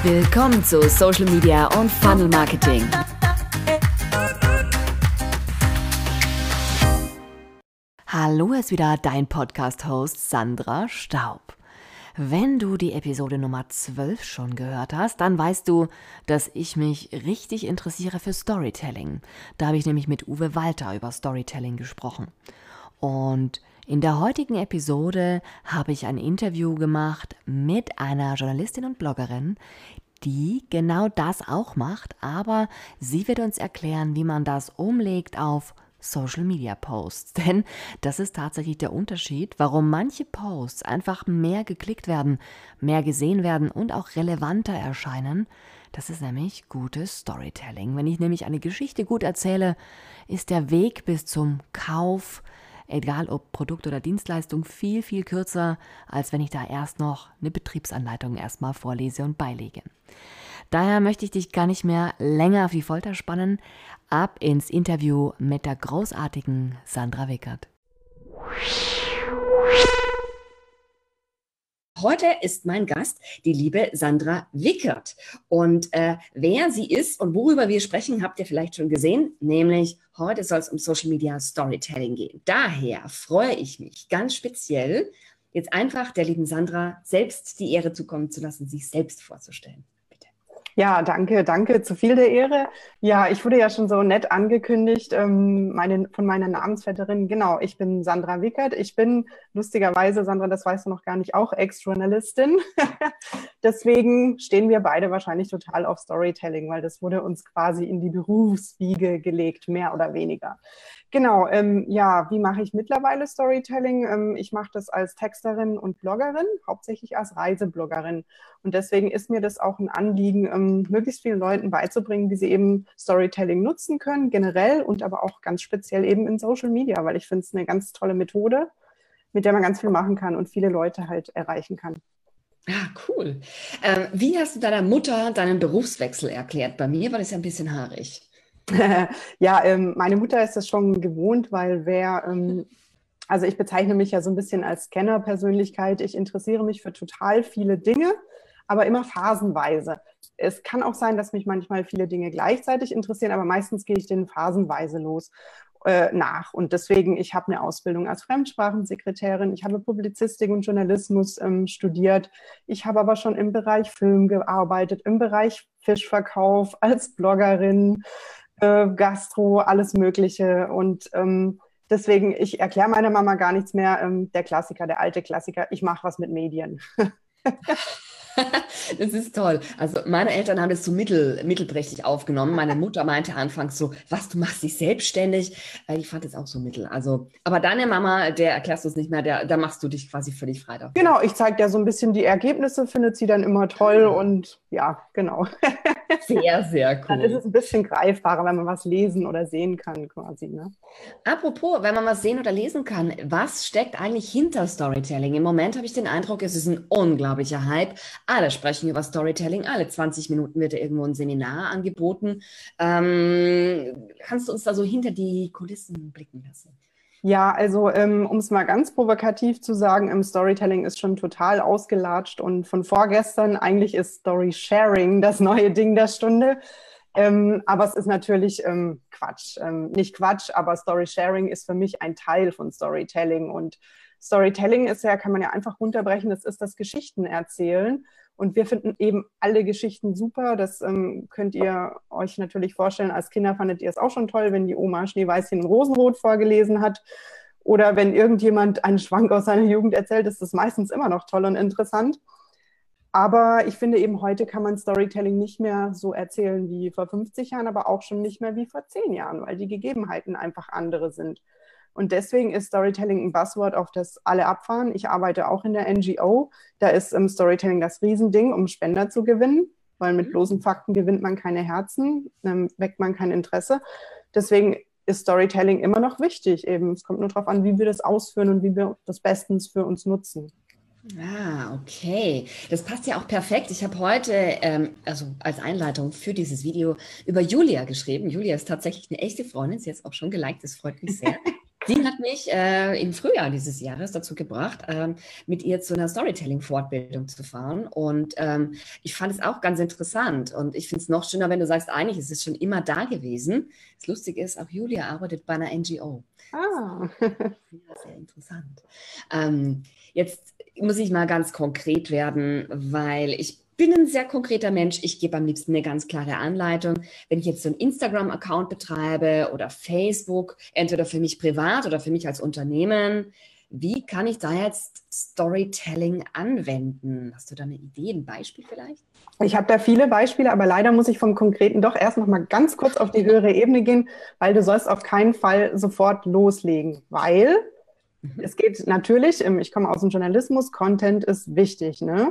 Willkommen zu Social Media und Funnel Marketing. Hallo, ist wieder dein Podcast-Host Sandra Staub. Wenn du die Episode Nummer 12 schon gehört hast, dann weißt du, dass ich mich richtig interessiere für Storytelling. Da habe ich nämlich mit Uwe Walter über Storytelling gesprochen. Und in der heutigen Episode habe ich ein Interview gemacht mit einer Journalistin und Bloggerin, die genau das auch macht, aber sie wird uns erklären, wie man das umlegt auf Social Media Posts. Denn das ist tatsächlich der Unterschied, warum manche Posts einfach mehr geklickt werden, mehr gesehen werden und auch relevanter erscheinen. Das ist nämlich gutes Storytelling. Wenn ich nämlich eine Geschichte gut erzähle, ist der Weg bis zum Kauf, egal ob Produkt oder Dienstleistung, viel, viel kürzer, als wenn ich da erst noch eine Betriebsanleitung erstmal vorlese und beilege. Daher möchte ich dich gar nicht mehr länger auf die Folter spannen. Ab ins Interview mit der großartigen Sandra Wickert. Heute ist mein Gast die liebe Sandra Wickert. Und wer sie ist und worüber wir sprechen, habt ihr vielleicht schon gesehen. Nämlich heute soll es um Social Media Storytelling gehen. Daher freue ich mich ganz speziell, jetzt einfach der lieben Sandra selbst die Ehre zukommen zu lassen, sich selbst vorzustellen. Ja, danke. Zu viel der Ehre. Ja, ich wurde ja schon so nett angekündigt von meiner Namensvetterin. Genau, ich bin Sandra Wickert. Ich bin lustigerweise, Sandra, das weißt du noch gar nicht, auch Ex-Journalistin. Deswegen stehen wir beide wahrscheinlich total auf Storytelling, weil das wurde uns quasi in die Berufswiege gelegt, mehr oder weniger. Genau, wie mache ich mittlerweile Storytelling? Ich mache das als Texterin und Bloggerin, hauptsächlich als Reisebloggerin. Und deswegen ist mir das auch ein Anliegen, möglichst vielen Leuten beizubringen, wie sie eben Storytelling nutzen können, generell und aber auch ganz speziell eben in Social Media, weil ich finde es eine ganz tolle Methode, mit der man ganz viel machen kann und viele Leute halt erreichen kann. Ah, cool. Wie hast du deiner Mutter deinen Berufswechsel erklärt? Bei mir war das ja ein bisschen haarig. Ja, meine Mutter ist das schon gewohnt, weil also ich bezeichne mich ja so ein bisschen als Scanner-Persönlichkeit. Ich interessiere mich für total viele Dinge, aber immer phasenweise. Es kann auch sein, dass mich manchmal viele Dinge gleichzeitig interessieren, aber meistens gehe ich denen phasenweise nach. Und deswegen, ich habe eine Ausbildung als Fremdsprachensekretärin, ich habe Publizistik und Journalismus studiert. Ich habe aber schon im Bereich Film gearbeitet, im Bereich Fischverkauf, als Bloggerin, Gastro, alles Mögliche. Und deswegen, ich erkläre meiner Mama gar nichts mehr. Der Klassiker, der alte Klassiker, ich mache was mit Medien. Das ist toll. Also meine Eltern haben das so mittelprächtig aufgenommen. Meine Mutter meinte anfangs so, was, du machst dich selbstständig? Ich fand das auch so mittel. Also, aber deine Mama, der erklärst du es nicht mehr, da machst du dich quasi völlig frei davon. Genau, ich zeige ja so ein bisschen die Ergebnisse, findet sie dann immer toll und ja, genau. Sehr, sehr cool. Dann ist es ein bisschen greifbarer, wenn man was lesen oder sehen kann quasi, ne? Apropos, wenn man was sehen oder lesen kann, was steckt eigentlich hinter Storytelling? Im Moment habe ich den Eindruck, es ist ein unglaublicher Hype. Alle sprechen über Storytelling, alle 20 Minuten wird irgendwo ein Seminar angeboten. Kannst du uns da so hinter die Kulissen blicken lassen? Ja, also um es mal ganz provokativ zu sagen, im Storytelling ist schon total ausgelatscht und von vorgestern eigentlich ist Story-Sharing das neue Ding der Stunde. Aber es ist natürlich Quatsch. Nicht Quatsch, aber Story-Sharing ist für mich ein Teil von Storytelling. Und Storytelling ist ja, kann man ja einfach runterbrechen, das ist das Geschichten erzählen. Und wir finden eben alle Geschichten super. Das könnt ihr euch natürlich vorstellen. Als Kinder fandet ihr es auch schon toll, wenn die Oma Schneeweißchen und Rosenrot vorgelesen hat. Oder wenn irgendjemand einen Schwank aus seiner Jugend erzählt, ist das meistens immer noch toll und interessant. Aber ich finde eben, heute kann man Storytelling nicht mehr so erzählen wie vor 50 Jahren, aber auch schon nicht mehr wie vor 10 Jahren, weil die Gegebenheiten einfach andere sind. Und deswegen ist Storytelling ein Buzzword, auf das alle abfahren. Ich arbeite auch in der NGO. Da ist Storytelling das Riesending, um Spender zu gewinnen, weil mit bloßen Fakten gewinnt man keine Herzen, weckt man kein Interesse. Deswegen ist Storytelling immer noch wichtig. Eben, es kommt nur darauf an, wie wir das ausführen und wie wir das bestens für uns nutzen. Ah, okay. Das passt ja auch perfekt. Ich habe heute, also als Einleitung für dieses Video, über Julia geschrieben. Julia ist tatsächlich eine echte Freundin. Sie hat es auch schon geliked. Das freut mich sehr. Sie hat mich im Frühjahr dieses Jahres dazu gebracht, mit ihr zu einer Storytelling-Fortbildung zu fahren. Und ich fand es auch ganz interessant. Und ich finde es noch schöner, wenn du sagst, eigentlich ist es schon immer da gewesen. Das Lustige ist, auch Julia arbeitet bei einer NGO. Ah. Ja, sehr interessant. Jetzt muss ich mal ganz konkret werden, weil ich bin ein sehr konkreter Mensch. Ich gebe am liebsten eine ganz klare Anleitung. Wenn ich jetzt so einen Instagram-Account betreibe oder Facebook, entweder für mich privat oder für mich als Unternehmen, wie kann ich da jetzt Storytelling anwenden? Hast du da eine Idee, ein Beispiel vielleicht? Ich habe da viele Beispiele, aber leider muss ich vom Konkreten doch erst noch mal ganz kurz auf die höhere Ebene gehen, weil du sollst auf keinen Fall sofort loslegen, weil es geht natürlich, ich komme aus dem Journalismus, Content ist wichtig, ne?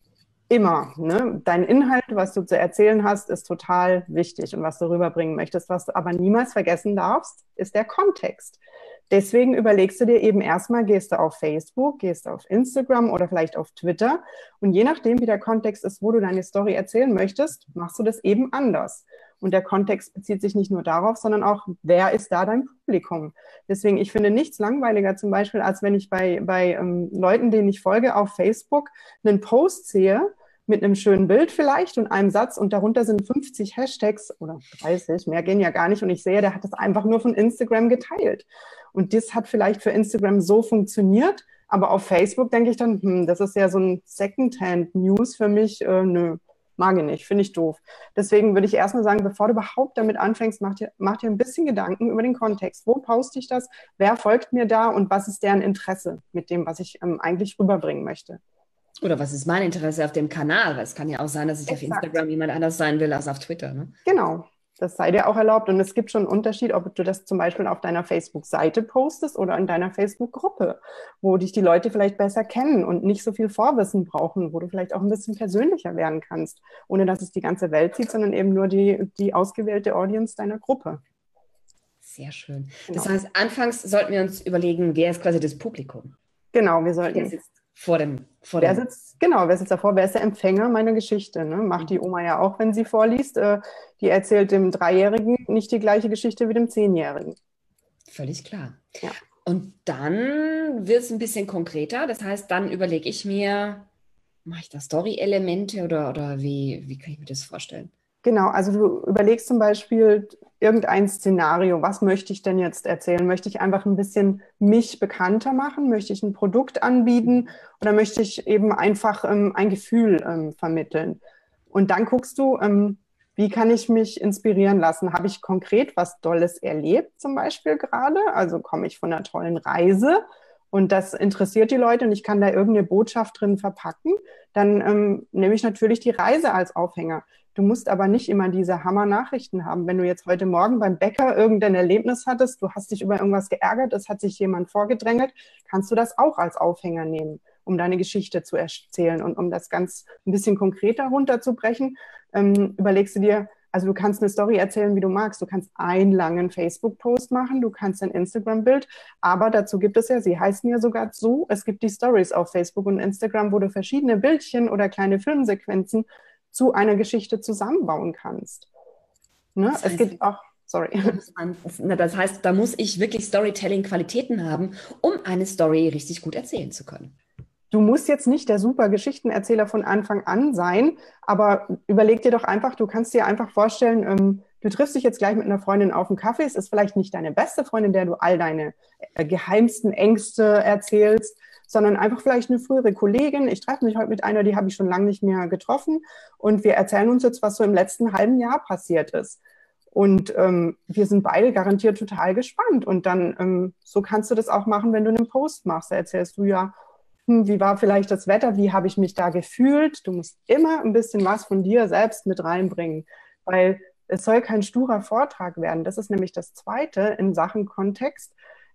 Immer, ne? Dein Inhalt, was du zu erzählen hast, ist total wichtig und was du rüberbringen möchtest. Was du aber niemals vergessen darfst, ist der Kontext. Deswegen überlegst du dir eben erstmal, gehst du auf Facebook, gehst du auf Instagram oder vielleicht auf Twitter. Und je nachdem, wie der Kontext ist, wo du deine Story erzählen möchtest, machst du das eben anders. Und der Kontext bezieht sich nicht nur darauf, sondern auch, wer ist da dein Publikum? Deswegen, ich finde nichts langweiliger zum Beispiel, als wenn ich bei Leuten, denen ich folge, auf Facebook einen Post sehe, mit einem schönen Bild vielleicht und einem Satz und darunter sind 50 Hashtags oder 30, mehr gehen ja gar nicht und ich sehe, der hat das einfach nur von Instagram geteilt. Und das hat vielleicht für Instagram so funktioniert, aber auf Facebook denke ich dann, das ist ja so ein Secondhand-News für mich, nö, mag ich nicht, finde ich doof. Deswegen würde ich erstmal sagen, bevor du überhaupt damit anfängst, mach dir ein bisschen Gedanken über den Kontext. Wo poste ich das? Wer folgt mir da? Und was ist deren Interesse mit dem, was ich eigentlich rüberbringen möchte? Oder was ist mein Interesse auf dem Kanal? Weil es kann ja auch sein, dass ich auf Instagram jemand anders sein will als auf Twitter. Ne? Genau, das sei dir auch erlaubt. Und es gibt schon einen Unterschied, ob du das zum Beispiel auf deiner Facebook-Seite postest oder in deiner Facebook-Gruppe, wo dich die Leute vielleicht besser kennen und nicht so viel Vorwissen brauchen, wo du vielleicht auch ein bisschen persönlicher werden kannst, ohne dass es die ganze Welt sieht, sondern eben nur die ausgewählte Audience deiner Gruppe. Sehr schön. Genau. Das heißt, anfangs sollten wir uns überlegen, wer ist quasi das Publikum? Genau, wir sollten. Wer sitzt vor dem. Wer sitzt davor? Wer ist der Empfänger meiner Geschichte? Ne? Macht die Oma ja auch, wenn sie vorliest. Die erzählt dem Dreijährigen nicht die gleiche Geschichte wie dem Zehnjährigen. Völlig klar. Ja. Und dann wird es ein bisschen konkreter. Das heißt, dann überlege ich mir, mache ich da Story-Elemente oder wie kann ich mir das vorstellen? Genau, also du überlegst zum Beispiel irgendein Szenario, was möchte ich denn jetzt erzählen? Möchte ich einfach ein bisschen mich bekannter machen? Möchte ich ein Produkt anbieten oder möchte ich eben einfach ein Gefühl vermitteln? Und dann guckst du, wie kann ich mich inspirieren lassen? Habe ich konkret was Tolles erlebt zum Beispiel gerade? Also komme ich von einer tollen Reise und das interessiert die Leute und ich kann da irgendeine Botschaft drin verpacken? Dann nehme ich natürlich die Reise als Aufhänger. Du musst aber nicht immer diese Hammer-Nachrichten haben. Wenn du jetzt heute Morgen beim Bäcker irgendein Erlebnis hattest, du hast dich über irgendwas geärgert, es hat sich jemand vorgedrängelt, kannst du das auch als Aufhänger nehmen, um deine Geschichte zu erzählen. Und um das ganz ein bisschen konkreter runterzubrechen, überlegst du dir, also du kannst eine Story erzählen, wie du magst. Du kannst einen langen Facebook-Post machen, du kannst ein Instagram-Bild, aber dazu gibt es ja, sie heißen ja sogar so, es gibt die Stories auf Facebook und Instagram, wo du verschiedene Bildchen oder kleine Filmsequenzen zu einer Geschichte zusammenbauen kannst. Ne? Das heißt, es gibt auch, sorry. Das heißt, da muss ich wirklich Storytelling-Qualitäten haben, um eine Story richtig gut erzählen zu können. Du musst jetzt nicht der super Geschichtenerzähler von Anfang an sein, aber überleg dir doch einfach, du kannst dir einfach vorstellen, du triffst dich jetzt gleich mit einer Freundin auf einen Kaffee, es ist vielleicht nicht deine beste Freundin, der du all deine geheimsten Ängste erzählst, sondern einfach vielleicht eine frühere Kollegin. Ich treffe mich heute mit einer, die habe ich schon lange nicht mehr getroffen und wir erzählen uns jetzt, was so im letzten halben Jahr passiert ist. Und wir sind beide garantiert total gespannt. Und dann, so kannst du das auch machen, wenn du einen Post machst. Da erzählst du ja, wie war vielleicht das Wetter, wie habe ich mich da gefühlt. Du musst immer ein bisschen was von dir selbst mit reinbringen, weil es soll kein sturer Vortrag werden. Das ist nämlich das Zweite in Sachen Kontext.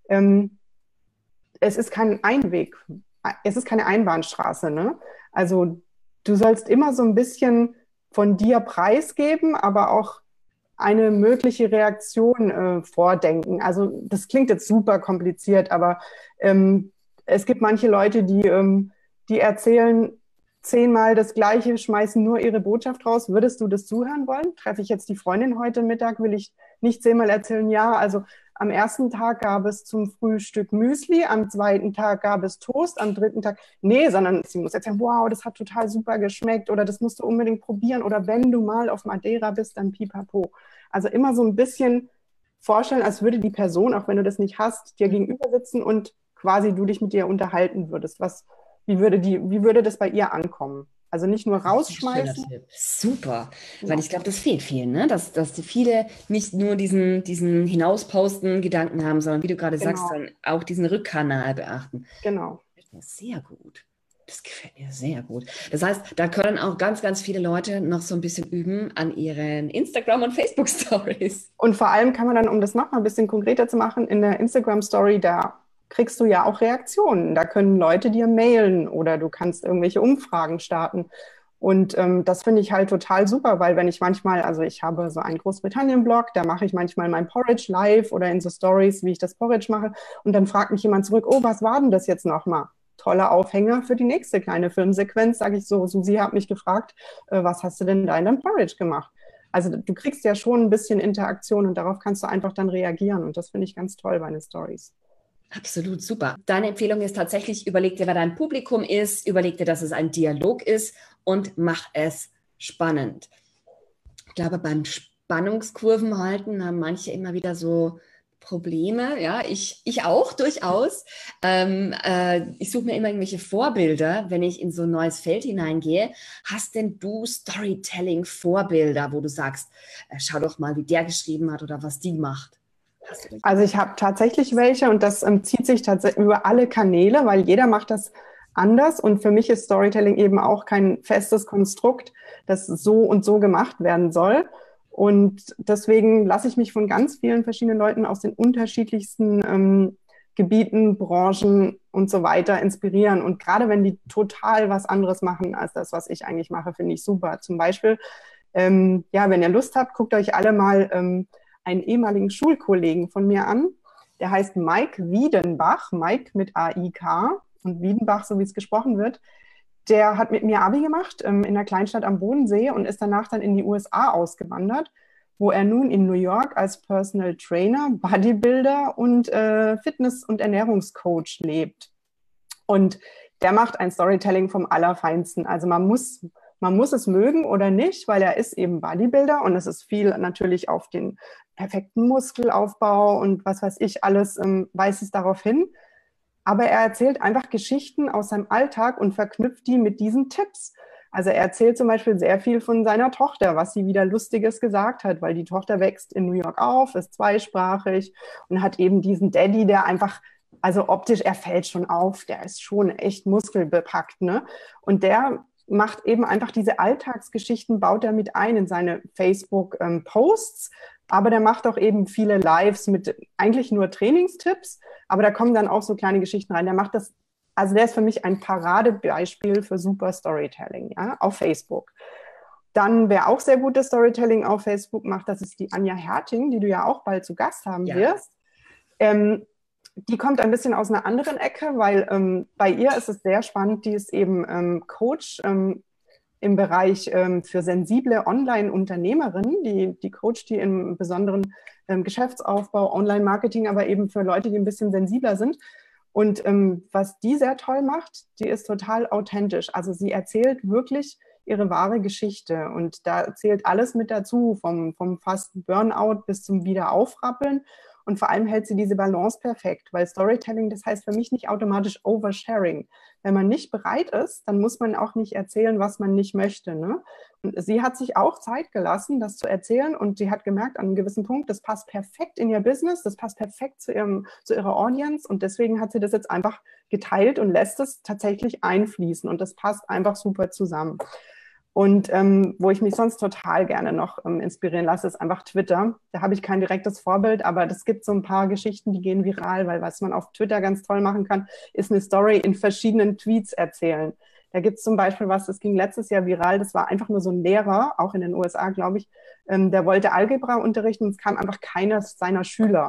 Es ist kein Einweg, es ist keine Einbahnstraße. Ne? Also du sollst immer so ein bisschen von dir preisgeben, aber auch eine mögliche Reaktion vordenken. Also das klingt jetzt super kompliziert, aber es gibt manche Leute, die erzählen 10-mal das Gleiche, schmeißen nur ihre Botschaft raus. Würdest du das zuhören wollen? Treffe ich jetzt die Freundin heute Mittag, will ich nicht 10-mal erzählen, ja, also am ersten Tag gab es zum Frühstück Müsli, am zweiten Tag gab es Toast, am dritten Tag, nee, sondern sie muss erzählen, wow, das hat total super geschmeckt oder das musst du unbedingt probieren oder wenn du mal auf Madeira bist, dann pipapo. Also immer so ein bisschen vorstellen, als würde die Person, auch wenn du das nicht hast, dir gegenüber sitzen und quasi du dich mit ihr unterhalten würdest. Wie würde das bei ihr ankommen? Also nicht nur rausschmeißen. Schöner Tipp. Super, weil ich glaube, das fehlt vielen, ne? Dass die viele nicht nur diesen Hinausposten-Gedanken haben, sondern wie du gerade sagst, Genau, dann auch diesen Rückkanal beachten. genau. Das gefällt mir sehr gut. Das gefällt mir sehr gut. Das heißt, da können auch ganz, ganz viele Leute noch so ein bisschen üben an ihren Instagram- und Facebook-Stories. Und vor allem kann man dann, um das noch mal ein bisschen konkreter zu machen, in der Instagram-Story, da kriegst du ja auch Reaktionen. Da können Leute dir mailen oder du kannst irgendwelche Umfragen starten. Und das finde ich halt total super, weil wenn ich manchmal, also ich habe so einen Großbritannien-Blog, da mache ich manchmal mein Porridge live oder in so Stories, wie ich das Porridge mache. Und dann fragt mich jemand zurück, oh, was war denn das jetzt nochmal? Toller Aufhänger für die nächste kleine Filmsequenz, sage ich so, Susi hat mich gefragt, was hast du denn da in deinem Porridge gemacht? Also du kriegst ja schon ein bisschen Interaktion und darauf kannst du einfach dann reagieren. Und das finde ich ganz toll bei den Stories. Absolut super. Deine Empfehlung ist tatsächlich, überleg dir, wer dein Publikum ist, überleg dir, dass es ein Dialog ist und mach es spannend. Ich glaube, beim Spannungskurven halten haben manche immer wieder so Probleme. Ja, ich auch durchaus. Ich suche mir immer irgendwelche Vorbilder, wenn ich in so ein neues Feld hineingehe. Hast denn du Storytelling-Vorbilder, wo du sagst, schau doch mal, wie der geschrieben hat oder was die macht? Also ich habe tatsächlich welche und das zieht sich tatsächlich über alle Kanäle, weil jeder macht das anders und für mich ist Storytelling eben auch kein festes Konstrukt, das so und so gemacht werden soll. Und deswegen lasse ich mich von ganz vielen verschiedenen Leuten aus den unterschiedlichsten Gebieten, Branchen und so weiter inspirieren. Und gerade wenn die total was anderes machen als das, was ich eigentlich mache, finde ich super. Zum Beispiel, ja, wenn ihr Lust habt, guckt euch alle mal einen ehemaligen Schulkollegen von mir an. Der heißt Mike Wiedenbach, Mike mit A-I-K und Wiedenbach, so wie es gesprochen wird. Der hat mit mir Abi gemacht in einer Kleinstadt am Bodensee und ist danach dann in die USA ausgewandert, wo er nun in New York als Personal Trainer, Bodybuilder und Fitness- und Ernährungscoach lebt. Und der macht ein Storytelling vom Allerfeinsten. Also man muss es mögen oder nicht, weil er ist eben Bodybuilder und es ist viel natürlich auf den perfekten Muskelaufbau und was weiß ich alles, weist es darauf hin. Aber er erzählt einfach Geschichten aus seinem Alltag und verknüpft die mit diesen Tipps. Also er erzählt zum Beispiel sehr viel von seiner Tochter, was sie wieder Lustiges gesagt hat, weil die Tochter wächst in New York auf, ist zweisprachig und hat eben diesen Daddy, der einfach, also optisch, er fällt schon auf, der ist schon echt muskelbepackt, ne? Und der macht eben einfach diese Alltagsgeschichten, baut er mit ein in seine Facebook-Posts, aber der macht auch eben viele Lives mit eigentlich nur Trainingstipps, aber da kommen dann auch so kleine Geschichten rein. Der macht das, also der ist für mich ein Paradebeispiel für super Storytelling, ja, auf Facebook. Dann, wer auch sehr gutes Storytelling auf Facebook macht, das ist die Anja Herting, die du ja auch bald zu Gast haben wirst. Die kommt ein bisschen aus einer anderen Ecke, weil bei ihr ist es sehr spannend, die ist eben Coach im Bereich für sensible Online-Unternehmerinnen, die coacht die im besonderen Geschäftsaufbau, Online-Marketing, aber eben für Leute, die ein bisschen sensibler sind. Und was die sehr toll macht, die ist total authentisch. Also sie erzählt wirklich ihre wahre Geschichte und da zählt alles mit dazu, vom fast Burnout bis zum Wiederaufrappeln. Und vor allem hält sie diese Balance perfekt, weil Storytelling, das heißt für mich nicht automatisch Oversharing. Wenn man nicht bereit ist, dann muss man auch nicht erzählen, was man nicht möchte. Ne? Und sie hat sich auch Zeit gelassen, das zu erzählen und sie hat gemerkt an einem gewissen Punkt, das passt perfekt in ihr Business, das passt perfekt zu ihrer Audience und deswegen hat sie das jetzt einfach geteilt und lässt es tatsächlich einfließen und das passt einfach super zusammen. Und wo ich mich sonst total gerne noch inspirieren lasse, ist einfach Twitter. Da habe ich kein direktes Vorbild, aber es gibt so ein paar Geschichten, die gehen viral, weil was man auf Twitter ganz toll machen kann, ist eine Story in verschiedenen Tweets erzählen. Da gibt es zum Beispiel was, das ging letztes Jahr viral, das war einfach nur so ein Lehrer, auch in den USA, glaube ich, der wollte Algebra unterrichten und es kam einfach keiner seiner Schüler.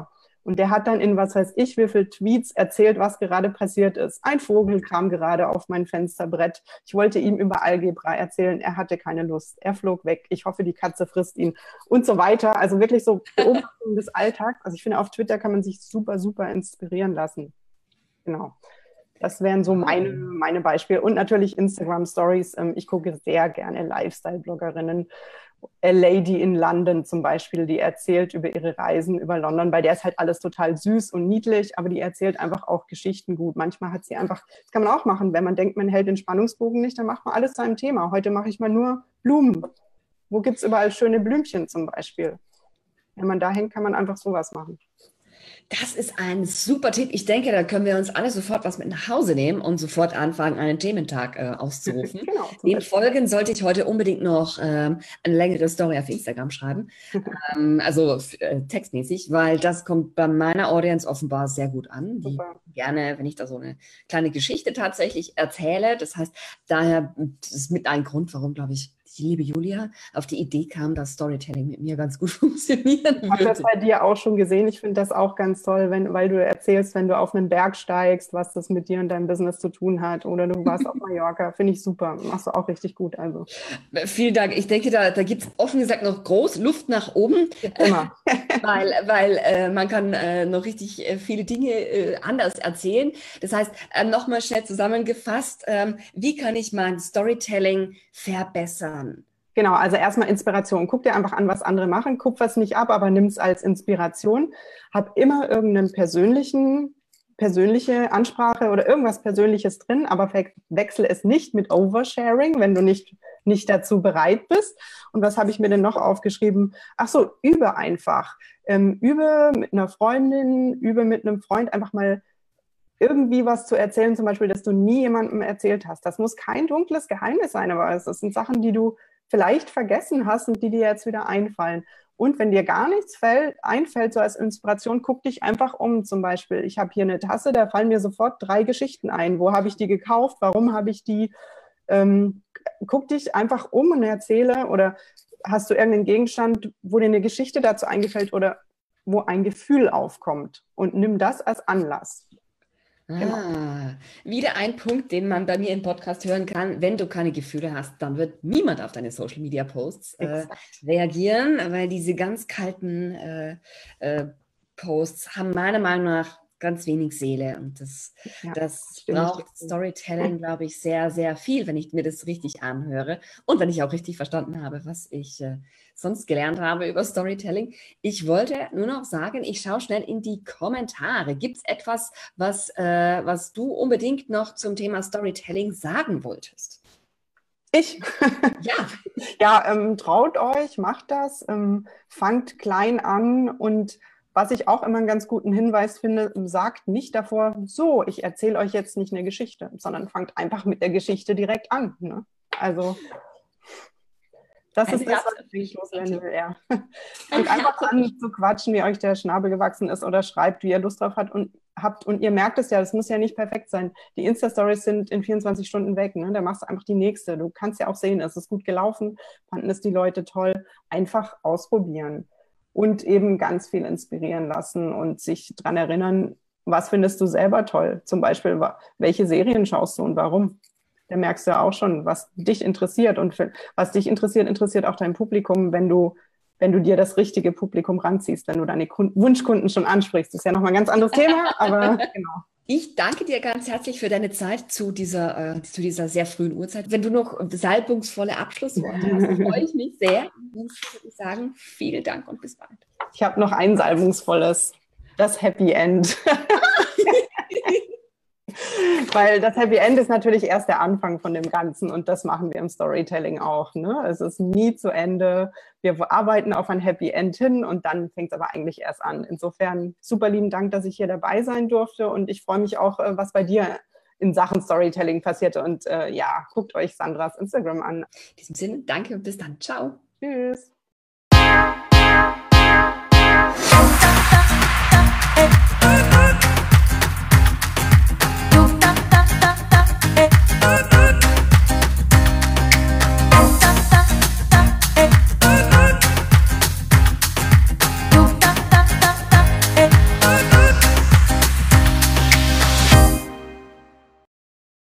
Und der hat dann in, was weiß ich, wie viel Tweets erzählt, was gerade passiert ist. Ein Vogel kam gerade auf mein Fensterbrett. Ich wollte ihm über Algebra erzählen. Er hatte keine Lust. Er flog weg. Ich hoffe, die Katze frisst ihn und so weiter. Also wirklich so Beobachtungen des Alltags. Also ich finde, auf Twitter kann man sich super, super inspirieren lassen. Genau. Das wären so meine Beispiele. Und natürlich Instagram Stories. Ich gucke sehr gerne Lifestyle-Bloggerinnen. A Lady in London zum Beispiel, die erzählt über ihre Reisen über London. Bei der ist halt alles total süß und niedlich, aber die erzählt einfach auch Geschichten gut. Manchmal hat sie einfach, das kann man auch machen, wenn man denkt, man hält den Spannungsbogen nicht, dann macht man alles zu einem Thema. Heute mache ich mal nur Blumen. Wo gibt es überall schöne Blümchen zum Beispiel? Wenn man da hängt, kann man einfach sowas machen. Das ist ein super Tipp. Ich denke, da können wir uns alle sofort was mit nach Hause nehmen und sofort anfangen, einen Thementag auszurufen. Genau, Dem folgen sollte ich heute unbedingt noch eine längere Story auf Instagram schreiben, also textmäßig, weil das kommt bei meiner Audience offenbar sehr gut an. Die gerne, wenn ich da so eine kleine Geschichte tatsächlich erzähle. Das heißt, daher das ist mit ein Grund, warum, glaube ich, die liebe Julia auf die Idee kam, dass Storytelling mit mir ganz gut funktionieren würde. Ich habe das bei dir auch schon gesehen. Ich finde das auch ganz toll, weil du erzählst, wenn du auf einen Berg steigst, was das mit dir und deinem Business zu tun hat. Oder du warst auf Mallorca. Finde ich super. Machst du auch richtig gut. Also. Vielen Dank. Ich denke, da gibt es offen gesagt noch groß Luft nach oben. Immer. weil man kann noch richtig viele Dinge anders erzählen. Das heißt, nochmal schnell zusammengefasst, wie kann ich mein Storytelling verbessern? Genau, also erstmal Inspiration. Guck dir einfach an, was andere machen. Guck was nicht ab, aber nimm es als Inspiration. Hab immer irgendeinen persönliche Ansprache oder irgendwas Persönliches drin, aber wechsle es nicht mit Oversharing, wenn du nicht dazu bereit bist. Und was habe ich mir denn noch aufgeschrieben? Ach so, übe einfach. Übe mit einer Freundin, übe mit einem Freund einfach mal irgendwie was zu erzählen, zum Beispiel, dass du nie jemandem erzählt hast. Das muss kein dunkles Geheimnis sein, aber es sind Sachen, die du vielleicht vergessen hast und die dir jetzt wieder einfallen. Und wenn dir gar nichts einfällt, so als Inspiration, guck dich einfach um. Zum Beispiel, ich habe hier eine Tasse, da fallen mir sofort 3 Geschichten ein. Wo habe ich die gekauft? Warum habe ich die? Guck dich einfach um und erzähle. Oder hast du irgendeinen Gegenstand, wo dir eine Geschichte dazu eingefällt oder wo ein Gefühl aufkommt? Und nimm das als Anlass. Genau. Wieder ein Punkt, den man bei mir im Podcast hören kann. Wenn du keine Gefühle hast, dann wird niemand auf deine Social-Media-Posts reagieren, weil diese ganz kalten Posts haben meiner Meinung nach ganz wenig Seele und das braucht Storytelling, glaube ich, sehr, sehr viel, wenn ich mir das richtig anhöre und wenn ich auch richtig verstanden habe, was ich sonst gelernt habe über Storytelling. Ich wollte nur noch sagen, ich schaue schnell in die Kommentare. Gibt es etwas, was du unbedingt noch zum Thema Storytelling sagen wolltest? Ich? Ja, traut euch, macht das, fangt klein an und was ich auch immer einen ganz guten Hinweis finde, sagt nicht davor, so, ich erzähle euch jetzt nicht eine Geschichte, sondern fangt einfach mit der Geschichte direkt an. Ne? Also das ist das, was ich loswerden will. Ja. Fangt einfach an zu quatschen, wie euch der Schnabel gewachsen ist oder schreibt, wie ihr Lust drauf habt. Und ihr merkt es ja, das muss ja nicht perfekt sein. Die Insta-Stories sind in 24 Stunden weg. Ne? Da machst du einfach die nächste. Du kannst ja auch sehen, es ist gut gelaufen, fanden es die Leute toll. Einfach ausprobieren. Und eben ganz viel inspirieren lassen und sich daran erinnern, was findest du selber toll? Zum Beispiel, welche Serien schaust du und warum? Da merkst du ja auch schon, was dich interessiert. Und was dich interessiert, interessiert auch dein Publikum, wenn du dir das richtige Publikum ranziehst, wenn du deine Wunschkunden schon ansprichst. Das ist ja nochmal ein ganz anderes Thema, aber genau. Ich danke dir ganz herzlich für deine Zeit zu dieser sehr frühen Uhrzeit. Wenn du noch salbungsvolle Abschlussworte hast, freue ich mich sehr. Und würde ich sagen, vielen Dank und bis bald. Ich habe noch ein salbungsvolles, das Happy End. Weil das Happy End ist natürlich erst der Anfang von dem Ganzen und das machen wir im Storytelling auch. Ne? Es ist nie zu Ende. Wir arbeiten auf ein Happy End hin und dann fängt es aber eigentlich erst an. Insofern super lieben Dank, dass ich hier dabei sein durfte und ich freue mich auch, was bei dir in Sachen Storytelling passierte. Und ja, guckt euch Sandras Instagram an. In diesem Sinne, danke und bis dann. Ciao. Tschüss.